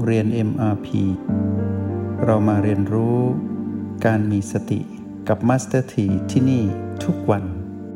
เรียน MRP เรามาเรียนรู้การมีสติกับ Master T ที่นี่ทุกวัน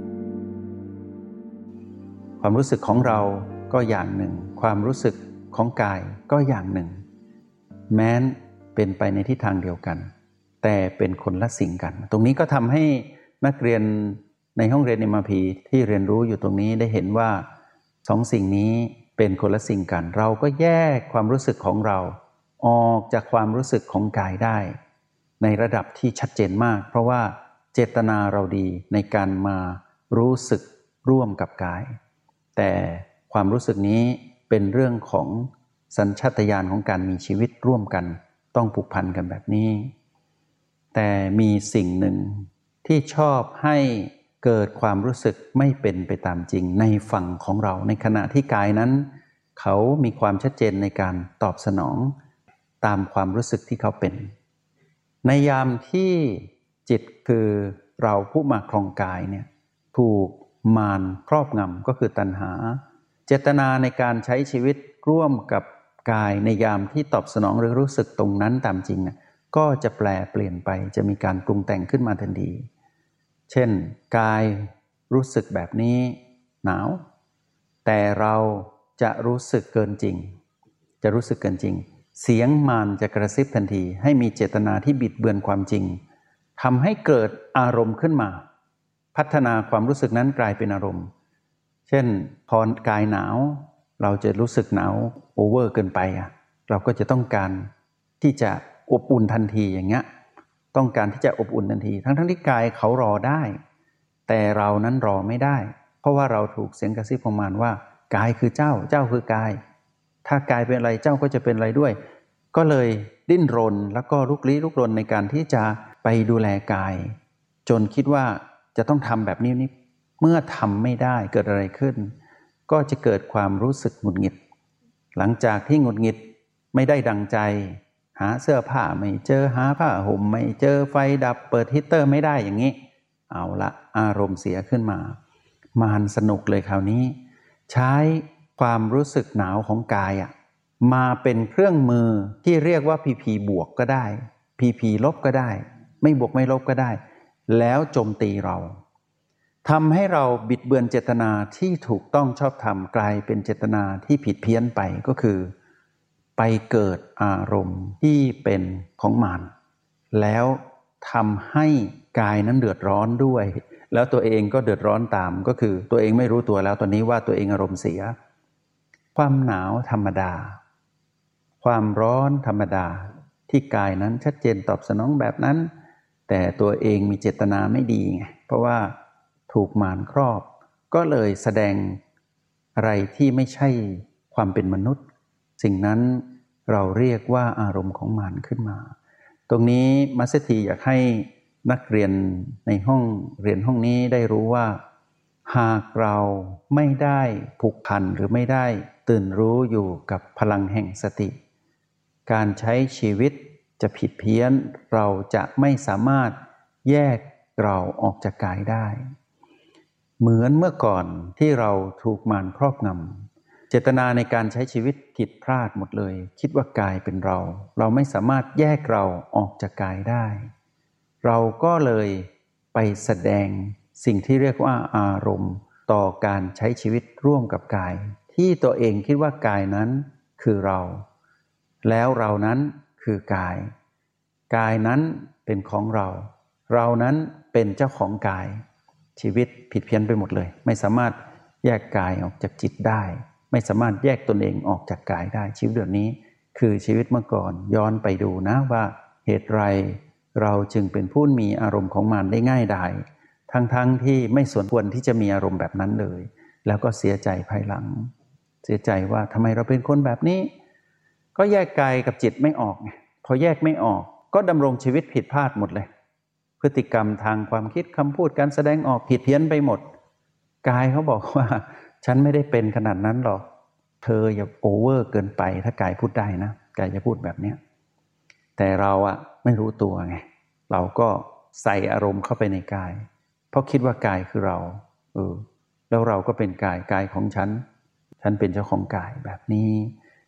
ความรู้สึกของเราก็อย่างหนึ่งความรู้สึกของกายก็อย่างหนึ่งแม้นเป็นไปในทิศทางเดียวกันแต่เป็นคนละสิ่งกันตรงนี้ก็ทำให้นักเรียนในห้องเรียน MRP ที่เรียนรู้อยู่ตรงนี้ได้เห็นว่าสองสิ่งนี้เป็นคนละสิ่งกันเราก็แยกความรู้สึกของเราออกจากความรู้สึกของกายได้ในระดับที่ชัดเจนมากเพราะว่าเจตนาเราดีในการมารู้สึกร่วมกับกายแต่ความรู้สึกนี้เป็นเรื่องของสัญชาตญาณของการมีชีวิตร่วมกันต้องผูกพันกันแบบนี้แต่มีสิ่งหนึ่งที่ชอบให้เกิดความรู้สึกไม่เป็นไปตามจริงในฝั่งของเราในขณะที่กายนั้นเขามีความชัดเจนในการตอบสนองตามความรู้สึกที่เขาเป็นในยามที่จิตคือเราผู้มาครองกายเนี่ยถูกมารครอบงำก็คือตัณหาเจตนาในการใช้ชีวิตร่วมกับกายในยามที่ตอบสนองหรือรู้สึกตรงนั้นตามจริงก็จะแปลเปลี่ยนไปจะมีการปรุงแต่งขึ้นมาทันทีเช่นกายรู้สึกแบบนี้หนาวแต่เราจะรู้สึกเกินจริงจะรู้สึกเกินจริงเสียงมารจะกระซิบทันทีให้มีเจตนาที่บิดเบือนความจริงทำให้เกิดอารมณ์ขึ้นมาพัฒนาความรู้สึกนั้นกลายเป็นอารมณ์เช่นพอกายหนาวเราจะรู้สึกหนาวโอเวอร์เกินไปเราก็จะต้องการที่จะอบอุ่นทันทีอย่างเงี้ยต้องการที่จะอบอุ่นทันทีทั้งที่กายเขารอได้แต่เรานั้นรอไม่ได้เพราะว่าเราถูกเสียงกระซิบของมารว่ากายคือเจ้าคือกายถ้ากายเป็นอะไรเจ้าก็จะเป็นอะไรด้วยก็เลยดิ้นรนแล้วก็ลุกลี้ลุกลนในการที่จะไปดูแลกายจนคิดว่าจะต้องทำแบบนี้เมื่อทำไม่ได้เกิดอะไรขึ้นก็จะเกิดความรู้สึกหงุดหงิดหลังจากที่หงุดหงิดไม่ได้ดังใจหาเสื้อผ้าไม่เจอหาผ้าห่มไม่เจอไฟดับเปิดฮีตเตอร์ไม่ได้อย่างนี้เอาละอารมณ์เสียขึ้นมามารสนุกเลยคราวนี้ใช้ความรู้สึกหนาวของกายมาเป็นเครื่องมือที่เรียกว่า PP บวกก็ได้ PP ลบก็ได้ไม่บวกไม่ลบก็ได้แล้วโจมตีเราทำให้เราบิดเบือนเจตนาที่ถูกต้องชอบธรรมกลายเป็นเจตนาที่ผิดเพี้ยนไปก็คือไปเกิดอารมณ์ที่เป็นของมารแล้วทำให้กายนั้นเดือดร้อนด้วยแล้วตัวเองก็เดือดร้อนตามก็คือตัวเองไม่รู้ตัวแล้วตอนนี้ว่าตัวเองอารมณ์เสียความหนาวธรรมดาความร้อนธรรมดาที่กายนั้นชัดเจนตอบสนองแบบนั้นแต่ตัวเองมีเจตนาไม่ดีไงเพราะว่าถูกมารครอบก็เลยแสดงอะไรที่ไม่ใช่ความเป็นมนุษย์สิ่งนั้นเราเรียกว่าอารมณ์ของมารขึ้นมาตรงนี้มัสถีอยากให้นักเรียนในห้องเรียนห้องนี้ได้รู้ว่าหากเราไม่ได้ผูกพันหรือไม่ได้ตื่นรู้อยู่กับพลังแห่งสติการใช้ชีวิตจะผิดเพี้ยนเราจะไม่สามารถแยกเราออกจากกายได้เหมือนเมื่อก่อนที่เราถูกมารครอบงำเจตนาในการใช้ชีวิตผิดพลาดหมดเลยคิดว่ากายเป็นเราไม่สามารถแยกเราออกจากกายได้เราก็เลยไปแสดงสิ่งที่เรียกว่าอารมณ์ต่อการใช้ชีวิตร่วมกับกายที่ตัวเองคิดว่ากายนั้นคือเราแล้วเรานั้นคือกายกายนั้นเป็นของเรานั้นเป็นเจ้าของกายชีวิตผิดเพี้ยนไปหมดเลยไม่สามารถแยกกายออกจากจิตได้ไม่สามารถแยกตนเองออกจากกายได้ชีวิตแบบนี้คือชีวิตเมื่อก่อนย้อนไปดูนะว่าเหตุไรเราจึงเป็นผู้มีอารมณ์ของมารได้ง่ายดายทั้งที่ไม่สมควรที่จะมีอารมณ์แบบนั้นเลยแล้วก็เสียใจภายหลังเสียใจว่าทำไมเราเป็นคนแบบนี้ก็แยกกายกับจิตไม่ออกไงพอแยกไม่ออกก็ดำรงชีวิตผิดพลาดหมดเลยพฤติกรรมทางความคิดคำพูดการแสดงออกผิดเพี้ยนไปหมดกายเขาบอกว่าฉันไม่ได้เป็นขนาดนั้นหรอกเธออย่าโอเวอร์เกินไปถ้ากายพูดได้นะกายจะพูดแบบนี้แต่เราไม่รู้ตัวไงเราก็ใส่อารมณ์เข้าไปในกายเพราะคิดว่ากายคือเราแล้วเราก็เป็นกายของฉันเป็นเจ้าของกายแบบนี้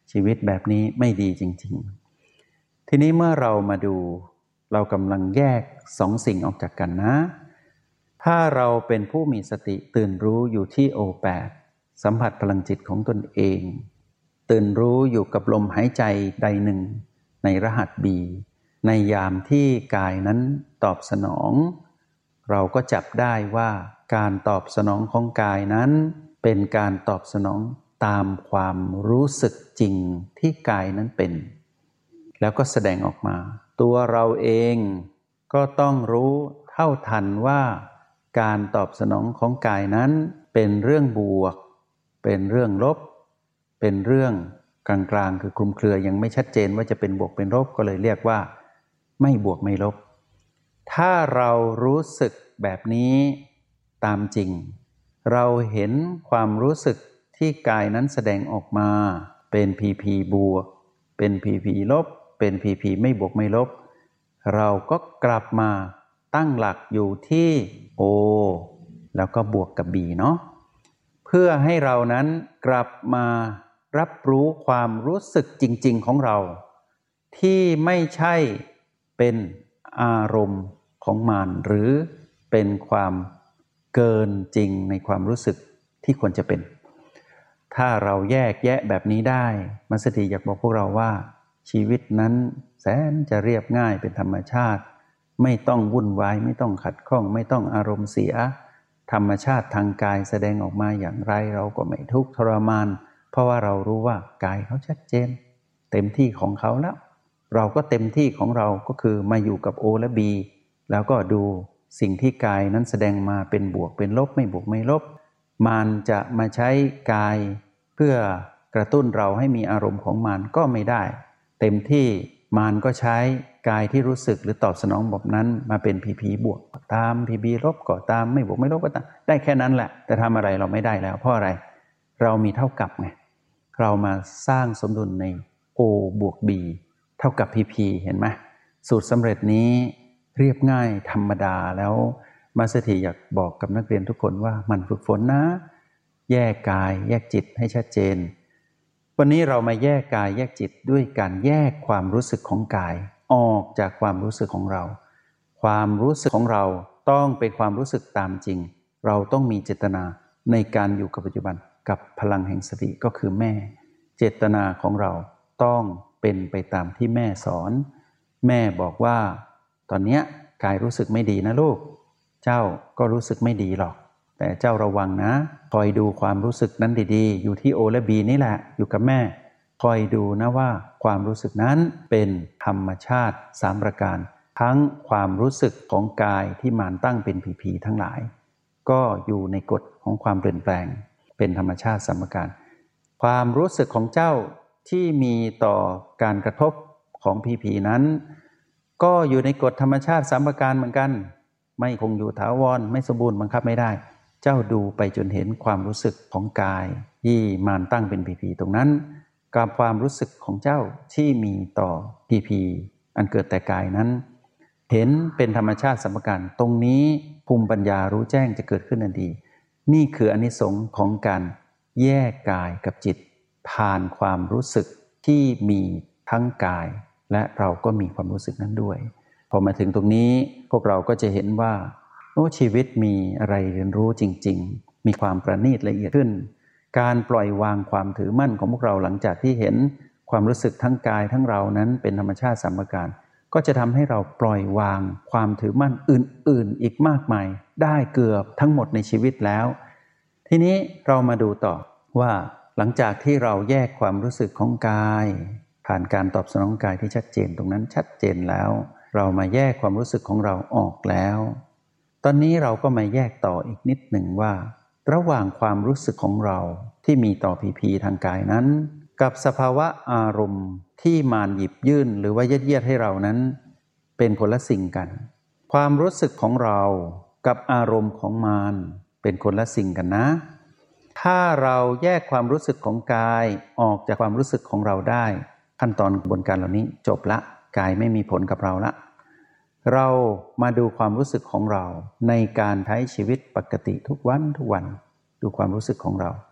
ชีวิตแบบนี้ไม่ดีจริงๆทีนี้เมื่อเรามาดูเรากำลังแยกสองสิ่งออกจากกันนะถ้าเราเป็นผู้มีสติตื่นรู้อยู่ที่ O8 สัมผัสพลังจิตของตนเองตื่นรู้อยู่กับลมหายใจใดหนึ่งในรหัส B ในยามที่กายนั้นตอบสนองเราก็จับได้ว่าการตอบสนองของกายนั้นเป็นการตอบสนองตามความรู้สึกจริงที่กายนั้นเป็นแล้วก็แสดงออกมาตัวเราเองก็ต้องรู้เท่าทันว่าการตอบสนองของกายนั้นเป็นเรื่องบวกเป็นเรื่องลบเป็นเรื่องกลางๆคือคลุมเครือยังไม่ชัดเจนว่าจะเป็นบวกเป็นลบก็เลยเรียกว่าไม่บวกไม่ลบถ้าเรารู้สึกแบบนี้ตามจริงเราเห็นความรู้สึกที่กายนั้นแสดงออกมาเป็นพีพีบวกเป็นพีพีลบเป็นพีพีไม่บวกไม่ลบเราก็กลับมาตั้งหลักอยู่ที่ O แล้วก็บวกกับ B เนาะเพื่อให้เรานั้นกลับมารับรู้ความรู้สึกจริงๆของเราที่ไม่ใช่เป็นอารมณ์ของมันหรือเป็นความเกินจริงในความรู้สึกที่ควรจะเป็นถ้าเราแยกแยะแบบนี้ได้มัสถีอยากบอกพวกเราว่าชีวิตนั้นแสนจะเรียบง่ายเป็นธรรมชาติไม่ต้องวุ่นวายไม่ต้องขัดข้องไม่ต้องอารมณ์เสียธรรมชาติทางกายแสดงออกมาอย่างไรเราก็ไม่ทุกข์ทรมานเพราะว่าเรารู้ว่ากายเขาชัดเจนเต็มที่ของเขาแล้วเราก็เต็มที่ของเราก็คือมาอยู่กับ O และ B แล้วก็ดูสิ่งที่กายนั้นแสดงมาเป็นบวกเป็นลบไม่บวกไม่ลบมันจะมาใช้กายเพื่อกระตุ้นเราให้มีอารมณ์ของมันก็ไม่ได้เต็มที่มันก็ใช้กายที่รู้สึกหรือตอบสนองแบบนั้นมาเป็นพีพีบวกก็ตามพีพีลบก็ตามไม่บวกไม่ลบก็ตามได้แค่นั้นแหละแต่ทำอะไรเราไม่ได้แล้วเพราะอะไรเรามีเท่ากับไงเรามาสร้างสมดุลใน O บวก B เท่ากับ PP เห็นไหมสูตรสำเร็จนี้เรียบง่ายธรรมดาแล้วมาสถีอยากบอกกับนักเรียนทุกคนว่ามันฝึกฝนนะแยกกายแยกจิตให้ชัดเจนวันนี้เรามาแยกกายแยกจิตด้วยการแยกความรู้สึกของกายออกจากความรู้สึกของเราความรู้สึกของเราต้องเป็นความรู้สึกตามจริงเราต้องมีเจตนาในการอยู่กับปัจจุบันกับพลังแห่งสติก็คือแม่เจตนาของเราต้องเป็นไปตามที่แม่สอนแม่บอกว่าตอนนี้กายรู้สึกไม่ดีนะลูกเจ้าก็รู้สึกไม่ดีหรอกแต่เจ้าระวังนะคอยดูความรู้สึกนั้นดีๆอยู่ที่ O และ B นี่แหละอยู่กับแม่คอยดูนะว่าความรู้สึกนั้นเป็นธรรมชาติ3ประการทั้งความรู้สึกของกายที่มานตั้งเป็นผีๆทั้งหลายก็อยู่ในกฎของความเปลี่ยนแปลงเป็นธรรมชาติ3ประการความรู้สึกของเจ้าที่มีต่อการกระทบของผีๆนั้นก็อยู่ในกฎธรรมชาติ3ประการเหมือนกันไม่คงอยู่ถาวรไม่สมบูรณ์บังคับไม่ได้เจ้าดูไปจนเห็นความรู้สึกของกายที่มานตั้งเป็นผีๆตรงนั้นกับความรู้สึกของเจ้าที่มีต่อผีๆอันเกิดแต่กายนั้นเห็นเป็นธรรมชาติ3ประการตรงนี้ภูมิปัญญารู้แจ้งจะเกิดขึ้นทันทีนี่คืออานิสงส์ของการแยกกายกับจิตผ่านความรู้สึกที่มีทั้งกายและเราก็มีความรู้สึกนั้นด้วยพอมาถึงตรงนี้พวกเราก็จะเห็นว่าชีวิตมีอะไรเรียนรู้จริงๆมีความประณีตละเอียดขึ้นการปล่อยวางความถือมั่นของพวกเราหลังจากที่เห็นความรู้สึกทั้งกายทั้งเรานั้นเป็นธรรมชาติ3ประการก็จะทำให้เราปล่อยวางความถือมั่นอื่นๆอีกมากมายได้เกือบทั้งหมดในชีวิตแล้วทีนี้เรามาดูต่อว่าหลังจากที่เราแยกความรู้สึกของกายผ่านการตอบสนองกายที่ชัดเจนตรงนั้นชัดเจนแล้วเรามาแยกความรู้สึกของเราออกแล้วตอนนี้เราก็มาแยกต่ออีกนิดหนึ่งว่าระหว่างความรู้สึกของเราที่มีต่อผีๆทางกายนั้นกับสภาวะอารมณ์ที่มารหยิบยื่นหรือว่ายัดเยียดให้เรานั้นเป็นคนละสิ่งกันความรู้สึกของเรากับอารมณ์ของมารเป็นคนละสิ่งกันนะถ้าเราแยกความรู้สึกของกายออกจากความรู้สึกของเราได้ขั้นตอนกระบวนการเหล่านี้จบละกายไม่มีผลกับเราละเรามาดูความรู้สึกของเราในการใช้ชีวิตปกติทุกวันดูความรู้สึกของเรา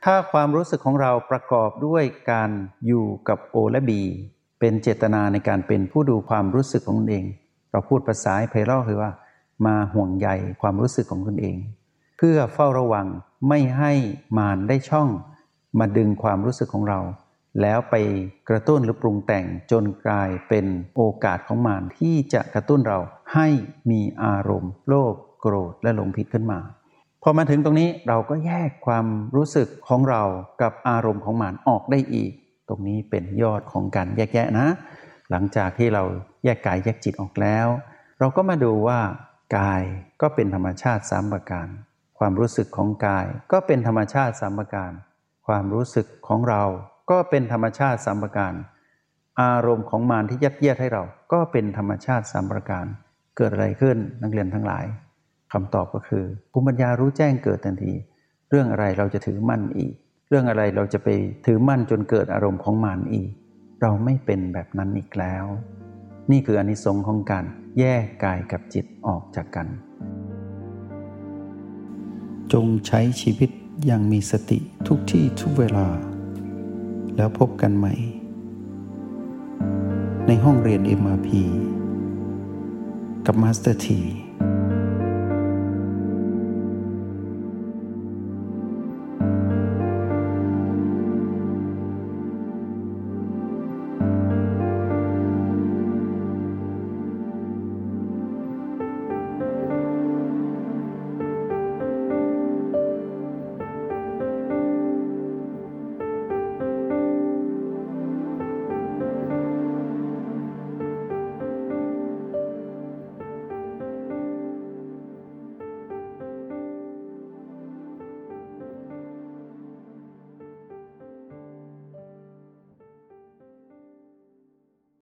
ถ้าความรู้สึกของเราประกอบด้วยการอยู่กับ O และ B เป็นเจตนาในการเป็นผู้ดูความรู้สึกของตนเองเราพูดภาษาไพเราะคือว่ามาห่วงใยความรู้สึกของตนเองเพื่อเฝ้าระวังไม่ให้มารได้ช่องมาดึงความรู้สึกของเราแล้วไปกระตุ้นหรือปรุงแต่งจนกลายเป็นโอกาสของมารที่จะกระตุ้นเราให้มีอารมณ์โลภโกรธและหลงผิดขึ้นมาพอมาถึงตรงนี้เราก็แยกความรู้สึกของเรากับอารมณ์ของมารออกได้อีกตรงนี้เป็นยอดของการแยกแยะนะหลังจากที่เราแยกกายแยกจิตออกแล้วเราก็มาดูว่ากายก็เป็นธรรมชาติ3ประการความรู้สึกของกายก็เป็นธรรมชาติ3ประการความรู้สึกของเราก็เป็นธรรมชาติ3ประการอารมณ์ของมารที่ยัดเยียดให้เราก็เป็นธรรมชาติ3ประการเกิดอะไรขึ้นนักเรียนทั้งหลายคำตอบก็คือภูมิปัญญารู้แจ้งเกิดทันทีเรื่องอะไรเราจะถือมั่นอีกเรื่องอะไรเราจะไปถือมั่นจนเกิดอารมณ์ของมารอีกเราไม่เป็นแบบนั้นอีกแล้วนี่คืออานิสงส์ของการแยกกายกับจิตออกจากกันจงใช้ชีวิตอย่างมีสติทุกที่ทุกเวลาแล้วพบกันใหม่ในห้องเรียน MRP กับมาสเตอร์ที